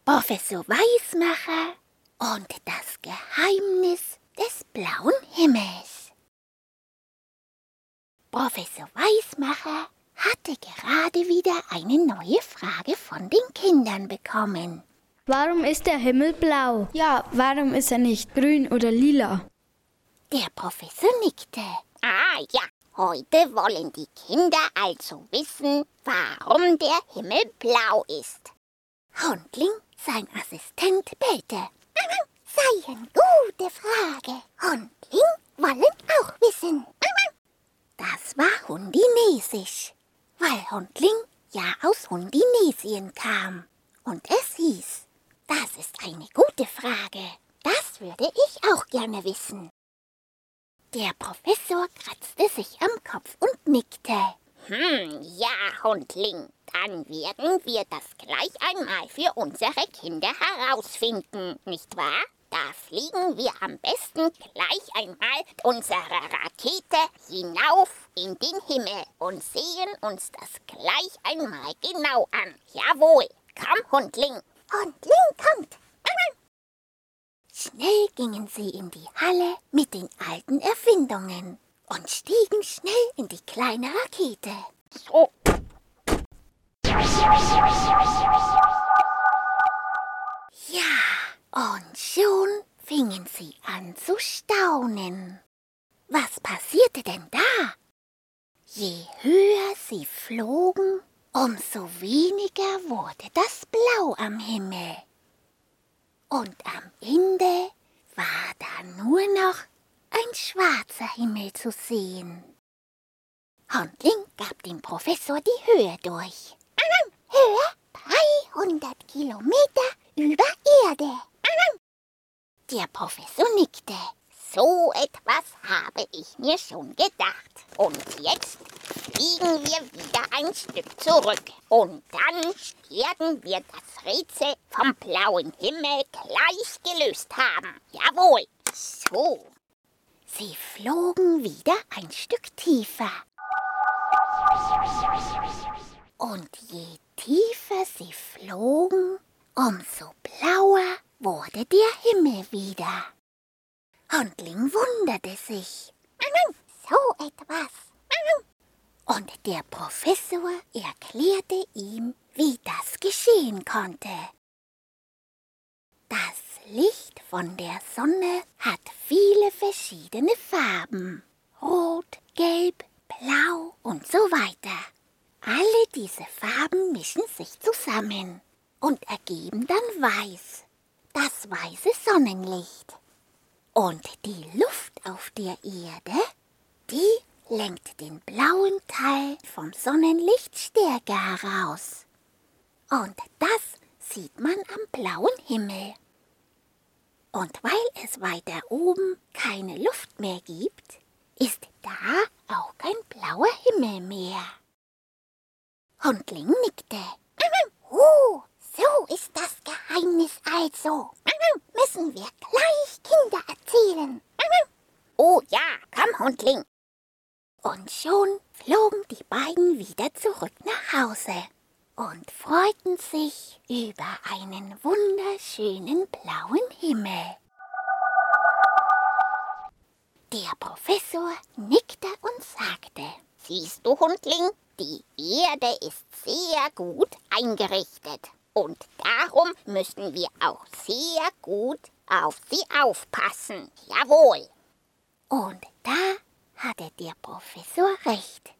Professor Weismacher und das Geheimnis des blauen Himmels. Professor Weismacher hatte gerade wieder eine neue Frage von den Kindern bekommen. Warum ist der Himmel blau? Ja, warum ist er nicht grün oder lila? Der Professor nickte. Ah ja, heute wollen die Kinder also wissen, warum der Himmel blau ist. Hundling, sein Assistent, bellte. Sei eine gute Frage. Hundling wollen auch wissen. Das war Hundinesisch, weil Hundling ja aus Hundinesien kam. Und es hieß, das ist eine gute Frage. Das würde ich auch gerne wissen. Der Professor kratzte sich am Kopf und nickte. Ja, Hundling, dann werden wir das gleich einmal für unsere Kinder herausfinden, nicht wahr? Da fliegen wir am besten gleich einmal mit unserer Rakete hinauf in den Himmel und sehen uns das gleich einmal genau an. Jawohl, komm, Hundling. Hundling kommt. Schnell gingen sie in die Halle mit den alten Erfindungen und stiegen schnell in die kleine Rakete. So. Ja, und schon fingen sie an zu staunen. Was passierte denn da? Je höher sie flogen, umso weniger wurde das Blau am Himmel. Und am Ende war da nur noch ein schwarzer Himmel zu sehen. Hundling gab dem Professor die Höhe durch. Höhe 300 Kilometer über Erde. Der Professor nickte. So etwas habe ich mir schon gedacht. Und jetzt fliegen wir wieder ein Stück zurück. Und dann werden wir das Rätsel vom blauen Himmel gleich gelöst haben. Jawohl. So. Sie flogen wieder ein Stück tiefer. Und je tiefer sie flogen, umso blauer wurde der Himmel wieder. Hundling wunderte sich. So etwas. Und der Professor erklärte ihm, wie das geschehen konnte. Das Licht von der Sonne hat viele verschiedene Farben. Rot, gelb, blau und so weiter. Alle diese Farben mischen sich zusammen und ergeben dann weiß. Das weiße Sonnenlicht. Und die Luft auf der Erde, die lenkt den blauen Teil vom Sonnenlicht stärker heraus. Und das sieht man am blauen Himmel. Und weil es weiter oben keine Luft mehr gibt, ist da auch kein blauer Himmel mehr. Hundling nickte. So ist das Geheimnis also. Müssen wir gleich Kinder erzählen. Oh ja, komm, Hundling. Und schon flogen die beiden wieder zurück nach Hause und freuten sich über einen wunderschönen blauen Himmel. Der Professor nickte und sagte, siehst du, Hundling, die Erde ist sehr gut eingerichtet. Und darum müssen wir auch sehr gut auf sie aufpassen. Jawohl. Und da hatte der Professor recht.